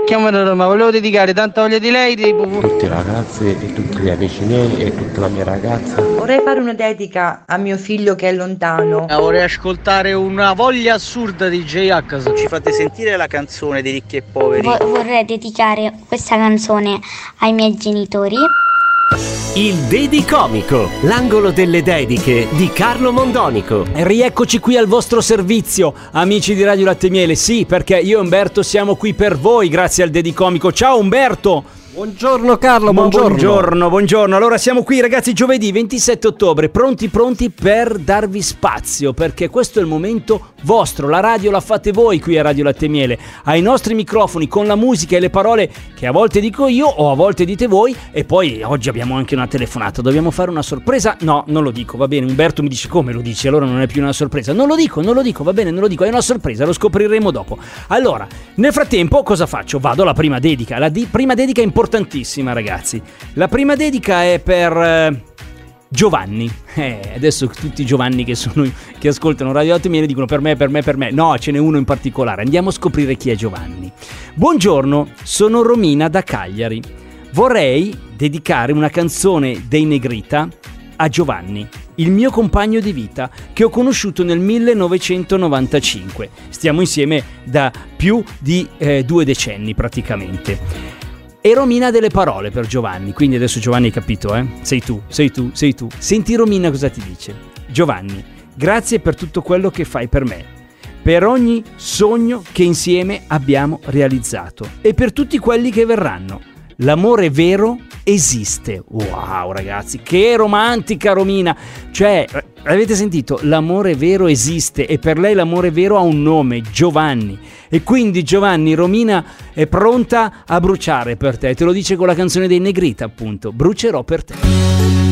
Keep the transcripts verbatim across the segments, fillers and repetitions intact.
Chiamano Roma, volevo dedicare tanta voglia di lei di... tutte le ragazze e tutti gli amici miei e tutta la mia ragazza. Vorrei fare una dedica a mio figlio che è lontano. Vorrei ascoltare una voglia assurda di J-H. Ci fate sentire la canzone di Ricchi e Poveri? Vo- vorrei dedicare questa canzone ai miei genitori. Il Dedicomico, l'angolo delle dediche di Carlo Mondonico. Rieccoci qui al vostro servizio, amici di Radio Latte e Miele. Sì, perché io e Umberto siamo qui per voi grazie al Dedicomico. Ciao Umberto! Buongiorno Carlo, buongiorno. buongiorno, buongiorno. Allora siamo qui ragazzi giovedì ventisette ottobre, pronti pronti per darvi spazio, perché questo è il momento vostro, la radio la fate voi qui a Radio Latte e Miele, ai nostri microfoni con la musica e le parole che a volte dico io o a volte dite voi, e poi oggi abbiamo anche una telefonata, dobbiamo fare una sorpresa? No, non lo dico, va bene, Umberto mi dice come lo dici, allora non è più una sorpresa, non lo dico, non lo dico, va bene, non lo dico, è una sorpresa, lo scopriremo dopo. Allora, nel frattempo cosa faccio? Vado alla prima dedica, la di- prima dedica è importante, importantissima ragazzi. La prima dedica è per eh, Giovanni. Eh, adesso tutti i Giovanni che sono che ascoltano Radio Latte e Miele dicono per me, per me, per me. No, ce n'è uno in particolare. Andiamo a scoprire chi è Giovanni. Buongiorno, sono Romina da Cagliari. Vorrei dedicare una canzone dei Negrita a Giovanni, il mio compagno di vita che ho conosciuto nel millenovecentonovantacinque. Stiamo insieme da più di eh, due decenni praticamente. E Romina ha delle parole per Giovanni, quindi adesso Giovanni hai capito, eh? Sei tu, sei tu, sei tu. Senti Romina cosa ti dice. Giovanni, grazie per tutto quello che fai per me, per ogni sogno che insieme abbiamo realizzato e per tutti quelli che verranno. L'amore vero esiste. Wow ragazzi, che romantica Romina. Cioè, avete sentito? L'amore vero esiste e per lei l'amore vero ha un nome, Giovanni. E quindi Giovanni, Romina è pronta a bruciare per te. Te lo dice con la canzone dei Negrita, appunto. Brucerò per te.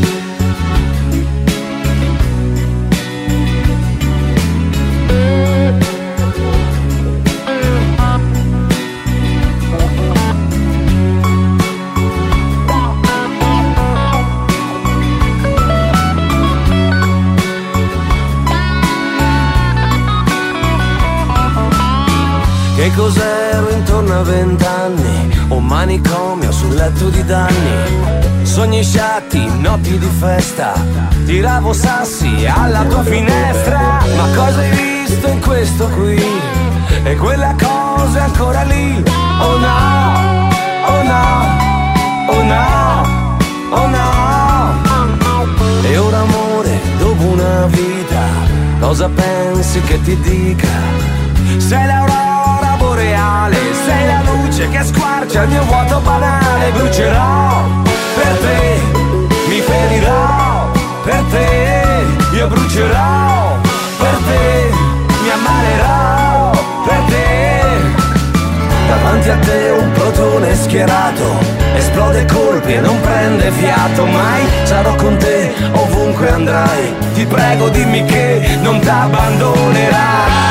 Che cos'ero intorno a vent'anni? Un manicomio sul letto di danni. Sogni sciatti, notti di festa. Tiravo sassi alla tua finestra. Ma cosa hai visto in questo qui? E quella cosa è ancora lì. Oh no, oh no, oh no, oh no. E ora amore, dopo una vita, cosa pensi che ti dica? Sei l'aurora boreale, sei la luce che squarcia il mio vuoto banale. Brucerò per te, mi ferirò per te, io brucerò per te, mi ammalerò per te. Davanti a te un protone schierato, esplode colpi e non prende fiato. Mai sarò con te ovunque andrai, ti prego dimmi che non t'abbandonerai.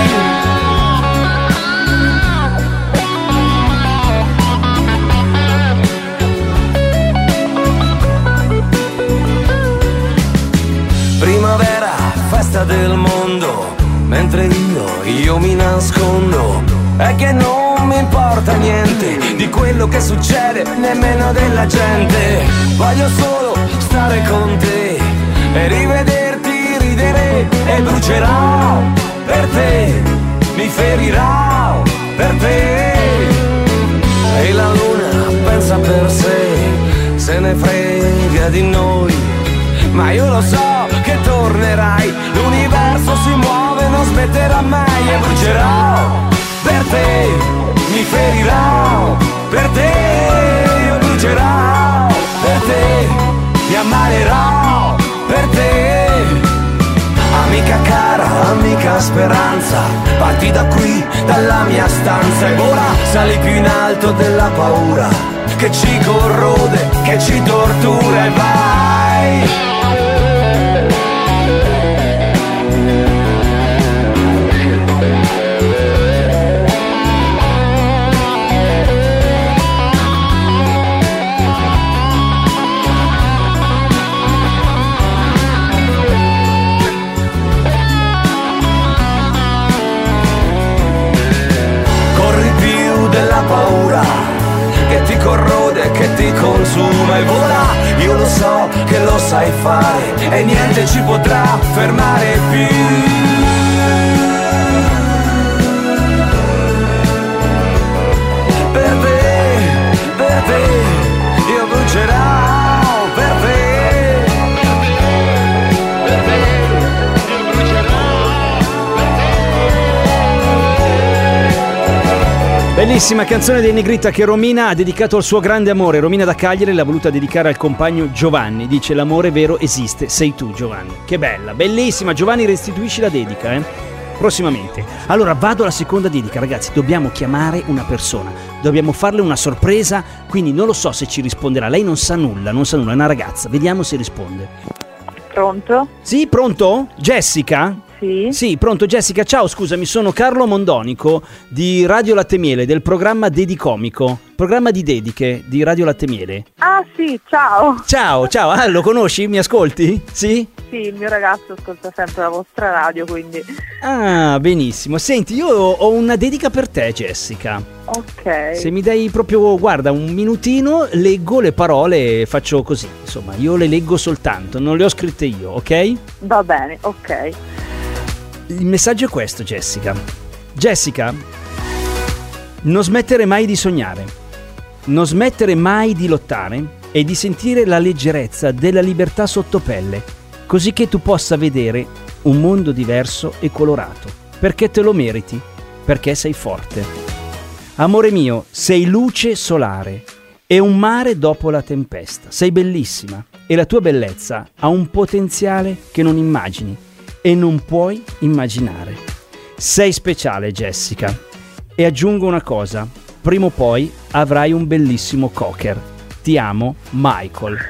Primavera, festa del mondo, mentre io, io mi nascondo. È che non mi importa niente di quello che succede, nemmeno della gente. Voglio solo stare con te e rivederti ridere. E brucerò per te, mi ferirò per te. E la luna pensa per sé, se ne frega di noi. Ma io lo so che tornerai, l'universo si muove, non smetterà mai. E brucerò per te, mi ferirò per te, io brucerò per te, mi ammalerò per te. Amica cara, amica speranza, parti da qui, dalla mia stanza. E ora sali più in alto della paura che ci corrode, che ci tortura. E vai. Corri più della paura ti consuma e vola. Io lo so che lo sai fare e niente ci potrà fermare più. Per te, per te, io brucerò per te. Per te, io brucerò per te. Bellissima canzone dei Negrita che Romina ha dedicato al suo grande amore. Romina da Cagliari l'ha voluta dedicare al compagno Giovanni. Dice: l'amore vero esiste, sei tu Giovanni. Che bella, bellissima. Giovanni, restituisci la dedica, eh? Prossimamente. Allora vado alla seconda dedica, ragazzi. Dobbiamo chiamare una persona, dobbiamo farle una sorpresa, quindi non lo so se ci risponderà. Lei non sa nulla, non sa nulla, è una ragazza. Vediamo se risponde. Pronto? Sì, pronto? Jessica? Sì. Sì, pronto Jessica. Ciao, scusami, sono Carlo Mondonico di Radio Latte Miele, del programma Dedicomico, programma di dediche di Radio Latte Miele. Ah sì, ciao. Ciao, ciao. Ah, lo conosci? Mi ascolti? Sì? Sì, il mio ragazzo ascolta sempre la vostra radio, quindi... Ah, benissimo. Senti, io ho una dedica per te, Jessica. Ok. Se mi dai proprio, guarda, un minutino, leggo le parole e faccio così. Insomma, io le leggo soltanto, non le ho scritte io, ok? Va bene, ok. Il messaggio è questo, Jessica. Jessica, non smettere mai di sognare, non smettere mai di lottare e di sentire la leggerezza della libertà sotto pelle, così che tu possa vedere un mondo diverso e colorato, perché te lo meriti, perché sei forte. Amore mio, sei luce solare e un mare dopo la tempesta. Sei bellissima e la tua bellezza ha un potenziale che non immagini e non puoi immaginare. Sei speciale, Jessica. E aggiungo una cosa, prima o poi avrai un bellissimo cocker. Ti amo, Michael.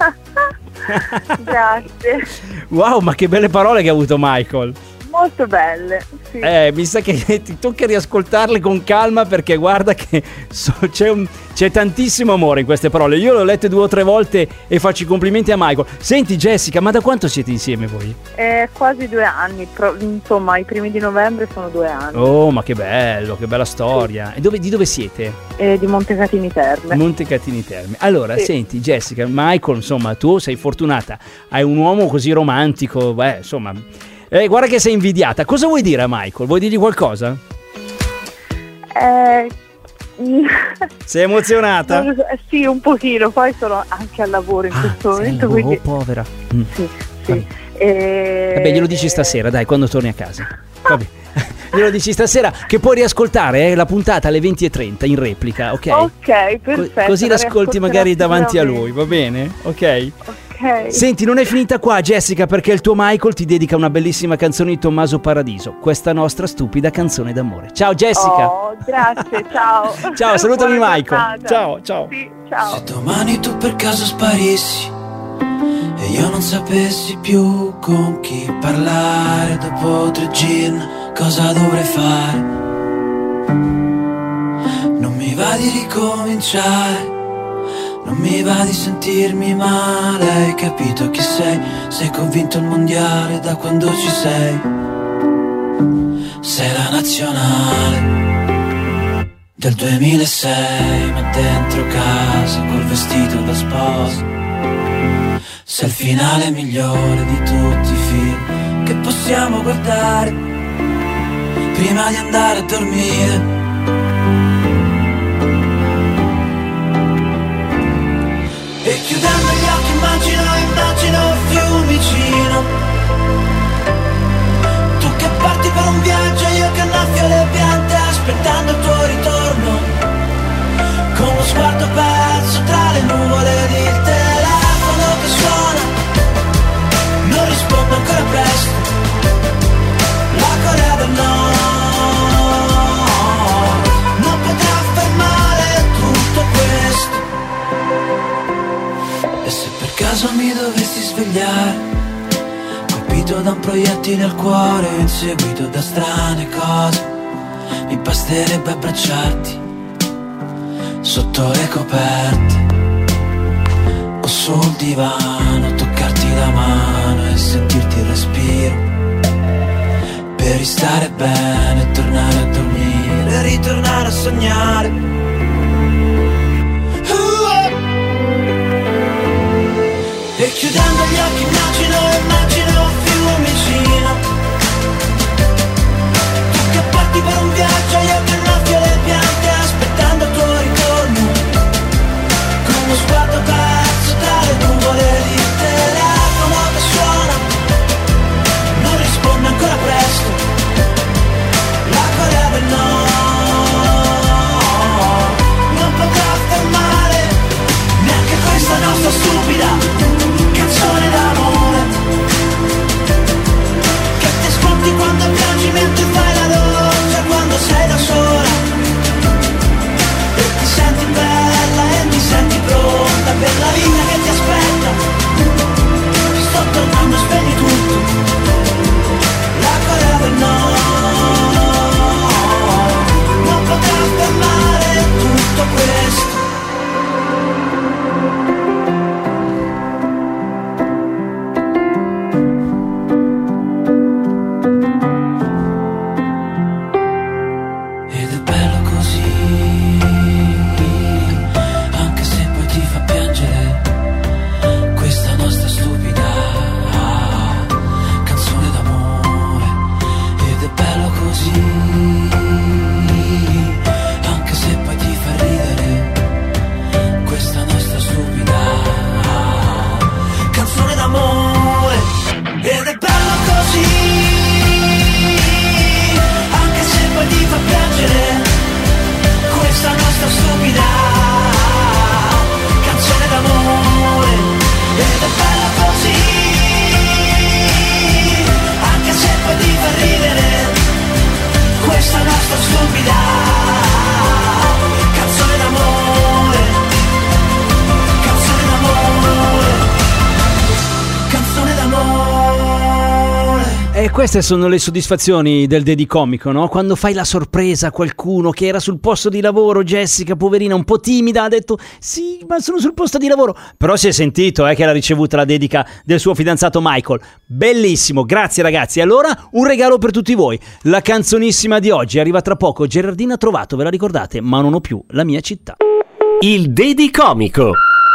Grazie. Wow, ma che belle parole che ha avuto Michael. Molto belle, sì. Eh, mi sa che ti tocca riascoltarle con calma, perché guarda che so, c'è, un, c'è tantissimo amore in queste parole. Io le ho lette due o tre volte e faccio i complimenti a Michael. Senti Jessica, ma da quanto siete insieme voi? Eh, quasi due anni, pro, insomma i primi di novembre sono due anni. Oh, ma che bello, che bella storia. E dove, di dove siete? Eh, di Montecatini Terme. Montecatini Terme. Allora, sì. Senti Jessica, Michael, insomma, tu sei fortunata. Hai un uomo così romantico, beh, insomma... Eh, guarda che sei invidiata. Cosa vuoi dire a Michael? Vuoi dirgli qualcosa? Eh... Sei emozionata? Non lo so, eh, sì, un pochino. Poi sono anche al lavoro in ah, questo momento, lavoro, quindi... Oh, povera. Mm. Sì, sì. E... Vabbè, glielo dici stasera, dai, quando torni a casa. Vabbè. Glielo dici stasera, che puoi riascoltare eh, la puntata alle venti e trenta in replica, ok? Ok, perfetto. Co- così l'ascolti magari davanti a lui, va bene? Ok? Ok. Senti, non è finita qua, Jessica, perché il tuo Michael ti dedica una bellissima canzone di Tommaso Paradiso, questa nostra stupida canzone d'amore. Ciao Jessica. Oh, grazie, ciao. Ciao, salutami Buona Michael. giornata. Ciao, ciao. Sì, ciao. Se domani tu per caso sparissi e io non sapessi più con chi parlare, dopo tre gin cosa dovrei fare? Non mi va di ricominciare, non mi va di sentirmi male. Hai capito chi sei? Sei convinto al mondiale da quando ci sei. Sei la nazionale del duemilasei, ma dentro casa col vestito da sposa. Sei il finale migliore di tutti i film che possiamo guardare prima di andare a dormire. E chiudendo gli occhi immagino, immagino Fiumicino. Tu che parti per un viaggio, io che annaffio le piante aspettando il tuo ritorno, con lo sguardo perso tra le nuvole ed il telefono che suona. Non rispondo ancora presto, la Corea del Nord non potrà fermare tutto questo. E se per caso mi dovessi svegliare, colpito da un proiettile al cuore, inseguito da strane cose, mi basterebbe abbracciarti sotto le coperte o sul divano, toccarti la mano e sentirti il respiro, per ristare bene e tornare a dormire, ritornare a sognare. queste sono le soddisfazioni del Dedicomico, no? Quando fai la sorpresa a qualcuno che era sul posto di lavoro, Jessica, poverina, un po' timida, ha detto sì, ma sono sul posto di lavoro. Però si è sentito eh, che l'ha ricevuta la dedica del suo fidanzato Michael. Bellissimo, grazie ragazzi. Allora, un regalo per tutti voi. La canzonissima di oggi arriva tra poco. Gerardina Trovato, ve la ricordate? Ma non ho più la mia città. Il Dedicomico.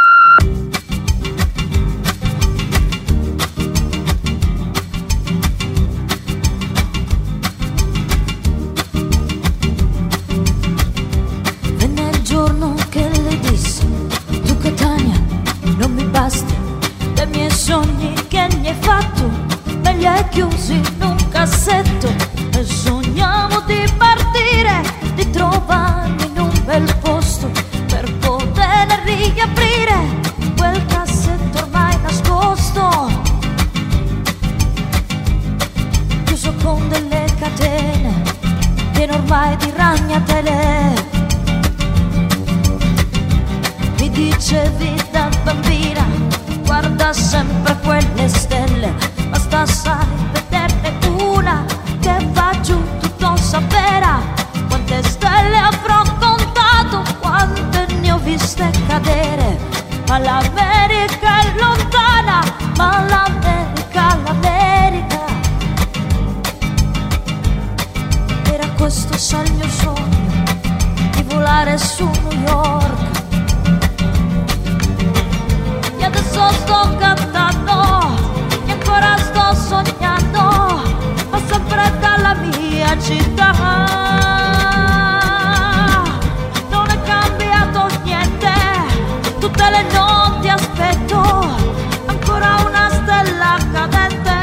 Sogni che mi hai fatto, me li hai chiusi in un cassetto e sogniamo di partire, di trovarmi in un bel posto per poter riaprire quel cassetto ormai nascosto, chiuso con delle catene, pieno ormai di ragnatele. Mi dicevi da bambina, guarda sempre quelle stelle, basta sai vederne una che va giù tutto sapere. Quante stelle avrò contato, quante ne ho viste cadere, ma l'America è lontana, ma l'America, l'America. Era questo sai il mio sogno, di volare su New York. Adesso sto cantando e ancora sto sognando, ma sempre dalla mia città. Non è cambiato niente, tutte le notti aspetto ancora una stella cadente.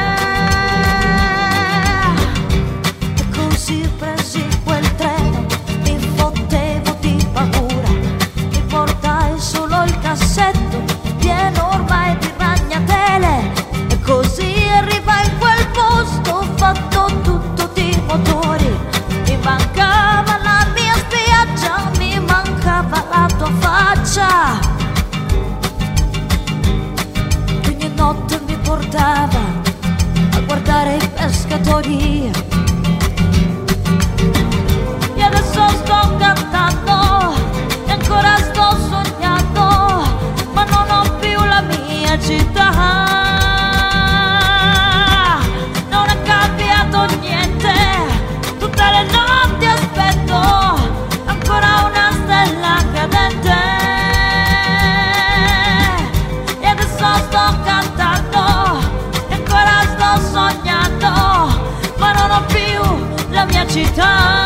E così presi quel treno, mi fottevo di paura, mi portai solo il cassetto pieno ormai di ragnatele, e così arriva in quel posto fatto tutto di motori. Mi mancava la mia spiaggia, mi mancava la tua faccia. Ogni notte mi portava a guardare i pescatori e adesso sto cantando e ancora sto sognando, ma non ho più la mia città. Non è cambiato niente, tutte le notti aspetto ancora una stella cadente. E adesso sto cantando e ancora sto sognando, ma non ho più la mia città.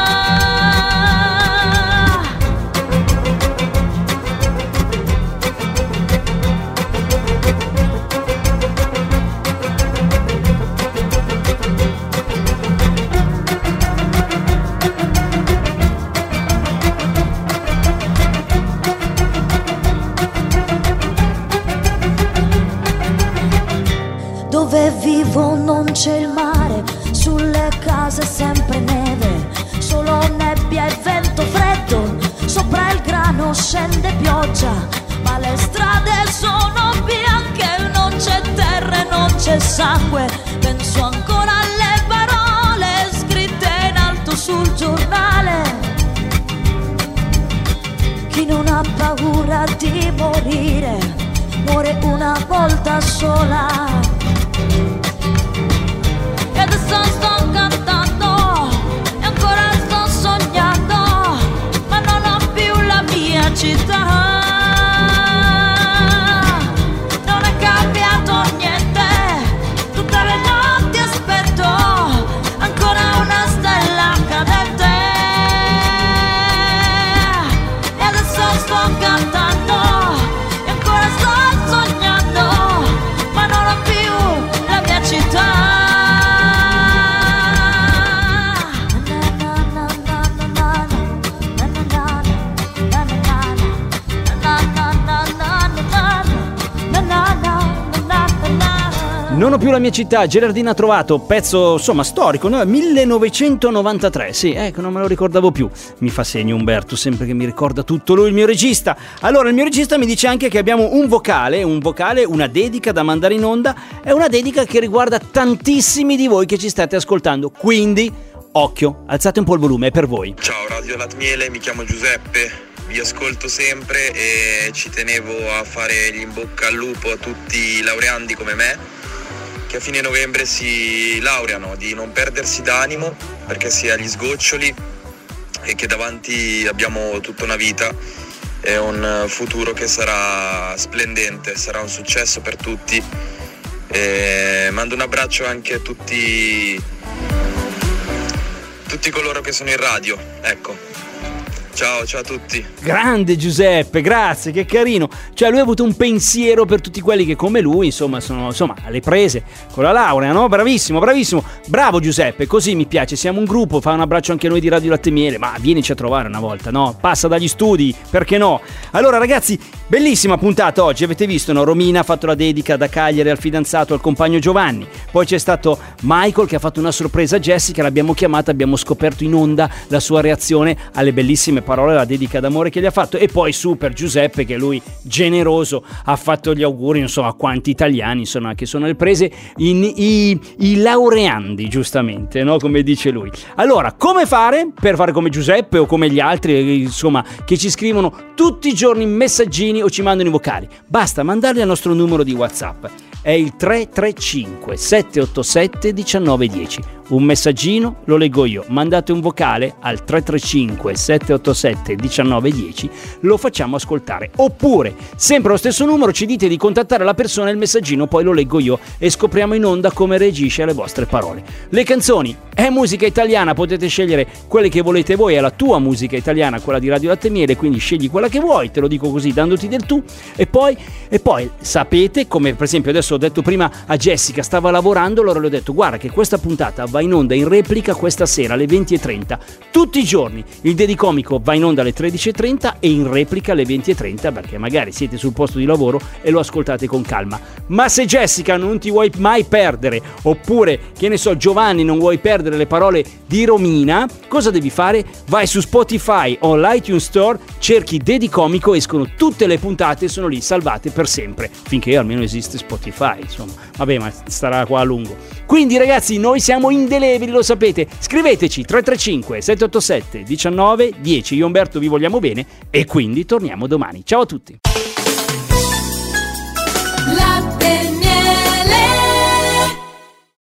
Dove vivo non c'è il mare, sulle case sempre neve, solo nebbia e vento freddo, sopra il grano scende pioggia, ma le strade sono bianche, non c'è terra e non c'è sangue. Penso ancora alle parole scritte in alto sul giornale: chi non ha paura di morire muore una volta sola. E adesso sto cantando e ancora sto sognando, ma non ho più la mia città. Non è cambiato niente, tutte le notti aspetto ancora una stella cadente. E adesso sto cantando e ancora sto sognando, ma non ho più la mia città. Non ho più la mia città, Gerardina ha trovato, pezzo insomma storico, no? millenovecentonovantatré, sì, ecco, non me lo ricordavo più. Mi fa segno Umberto, sempre che mi ricorda tutto lui, il mio regista. Allora, il mio regista mi dice anche che abbiamo un vocale, un vocale, una dedica da mandare in onda, è una dedica che riguarda tantissimi di voi che ci state ascoltando, quindi occhio, alzate un po' il volume, è per voi. Ciao Radio Latmiele, mi chiamo Giuseppe, vi ascolto sempre e ci tenevo a fare gli in bocca al lupo a tutti i laureandi come me, che a fine novembre si laureano, di non perdersi d'animo perché si è agli sgoccioli e che davanti abbiamo tutta una vita e un futuro che sarà splendente, sarà un successo per tutti. E mando un abbraccio anche a tutti tutti coloro che sono in radio, ecco. Ciao, ciao a tutti. Grande Giuseppe, grazie, che carino. Cioè lui ha avuto un pensiero per tutti quelli che come lui, insomma, sono insomma alle prese con la laurea, no? Bravissimo, bravissimo. Bravo Giuseppe, così mi piace. Siamo un gruppo, fa un abbraccio anche noi di Radio Latte e Miele, ma vienici a trovare una volta, no? Passa dagli studi, perché no? Allora ragazzi, bellissima puntata oggi, avete visto, no? Romina ha fatto la dedica da Cagliari al fidanzato, al compagno Giovanni. Poi c'è stato Michael che ha fatto una sorpresa a Jessica, l'abbiamo chiamata, abbiamo scoperto in onda la sua reazione alle bellissime parole, la dedica d'amore che gli ha fatto. E poi super Giuseppe, che lui generoso ha fatto gli auguri, non so a quanti italiani insomma che sono alle prese, in, i, i laureandi, giustamente, no? Come dice lui. Allora, come fare per fare come Giuseppe o come gli altri, insomma, che ci scrivono tutti i giorni messaggini o ci mandano i vocali? Basta mandarli al nostro numero di WhatsApp, è il tre tre cinque sette otto sette uno nove uno zero. Un messaggino lo leggo io, mandate un vocale al tre tre cinque sette otto sette uno nove uno zero, lo facciamo ascoltare. Oppure, sempre lo stesso numero, ci dite di contattare la persona e il messaggino poi lo leggo io e scopriamo in onda come reagisce alle vostre parole. Le canzoni è musica italiana, potete scegliere quelle che volete voi, è la tua musica italiana, quella di Radio Latte e Miele, quindi scegli quella che vuoi, te lo dico così dandoti del tu. E poi, e poi sapete, come per esempio adesso ho detto prima a Jessica, stava lavorando, allora le ho detto guarda che questa puntata va in onda in replica questa sera alle venti e trenta, tutti i giorni. Il Dedicomico va in onda alle tredici e trenta e in replica alle venti e trenta, perché magari siete sul posto di lavoro e lo ascoltate con calma. Ma se Jessica non ti vuoi mai perdere, oppure che ne so Giovanni non vuoi perdere le parole di Romina, cosa devi fare? Vai su Spotify o l'iTunes Store, cerchi Dedicomico, escono tutte le puntate, sono lì salvate per sempre, finché almeno esiste Spotify, insomma. Vabbè, ma starà qua a lungo. Quindi ragazzi, noi siamo indelebili, lo sapete. Scriveteci tre tre cinque sette otto sette uno nove uno zero. Io e Umberto vi vogliamo bene e quindi torniamo domani. Ciao a tutti.